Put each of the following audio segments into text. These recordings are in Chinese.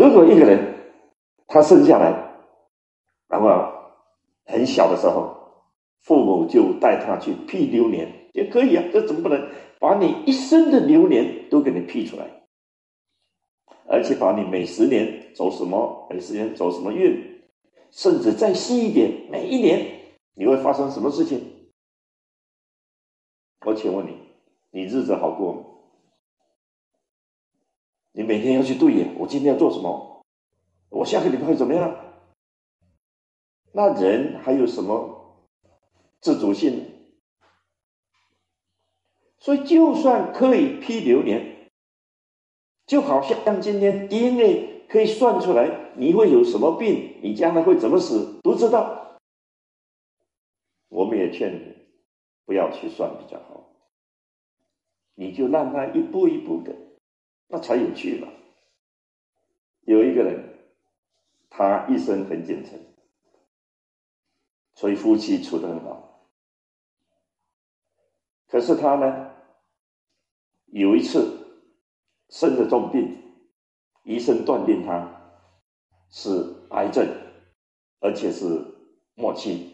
如果一个人他生下来，然后很小的时候，父母就带他去辟流年，也可以啊，这怎么不能把你一生的流年都给你辟出来，而且把你每10年走什么，每10年走什么运，甚至再细一点，每一年你会发生什么事情？我请问你，你日子好过吗？你每天要去对眼，我今天要做什么？我下个礼拜会怎么样？那人还有什么自主性呢？所以就算可以批流年，就好像今天 DNA 可以算出来你会有什么病，你将来会怎么死，都知道。我们也劝你不要去算比较好，你就让他一步一步的，那才有趣吧。有一个人，他一生很虔诚，所以夫妻处得很好。可是他呢，有一次生了重病，医生断定他是癌症，而且是末期。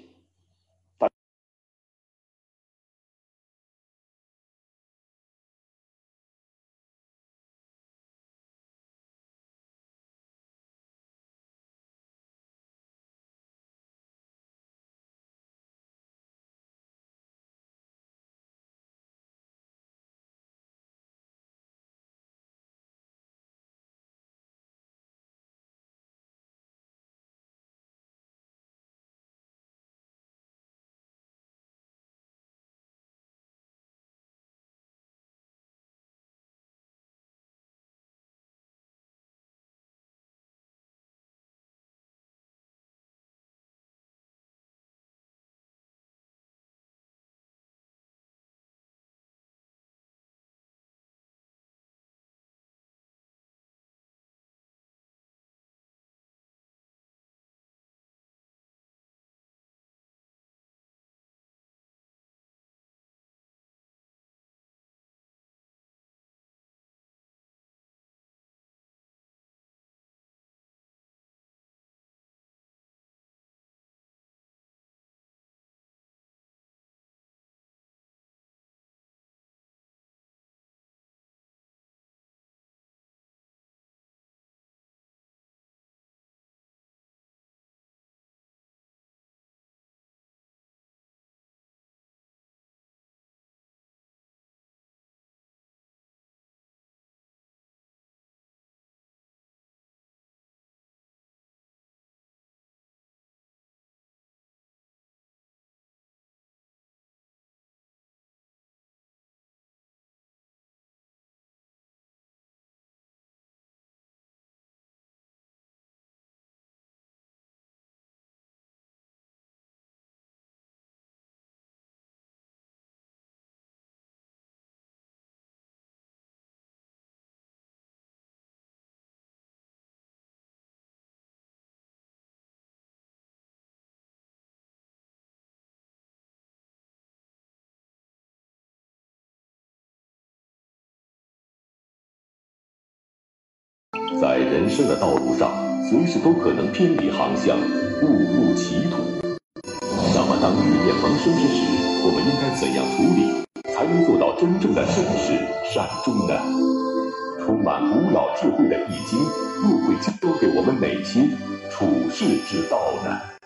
在人生的道路上，随时都可能偏离航向，误入歧途。那么，当遇见萌生之时，我们应该怎样处理，才能做到真正的顺势善终呢？充满古老智慧的易经，又会教给我们哪些处世之道呢？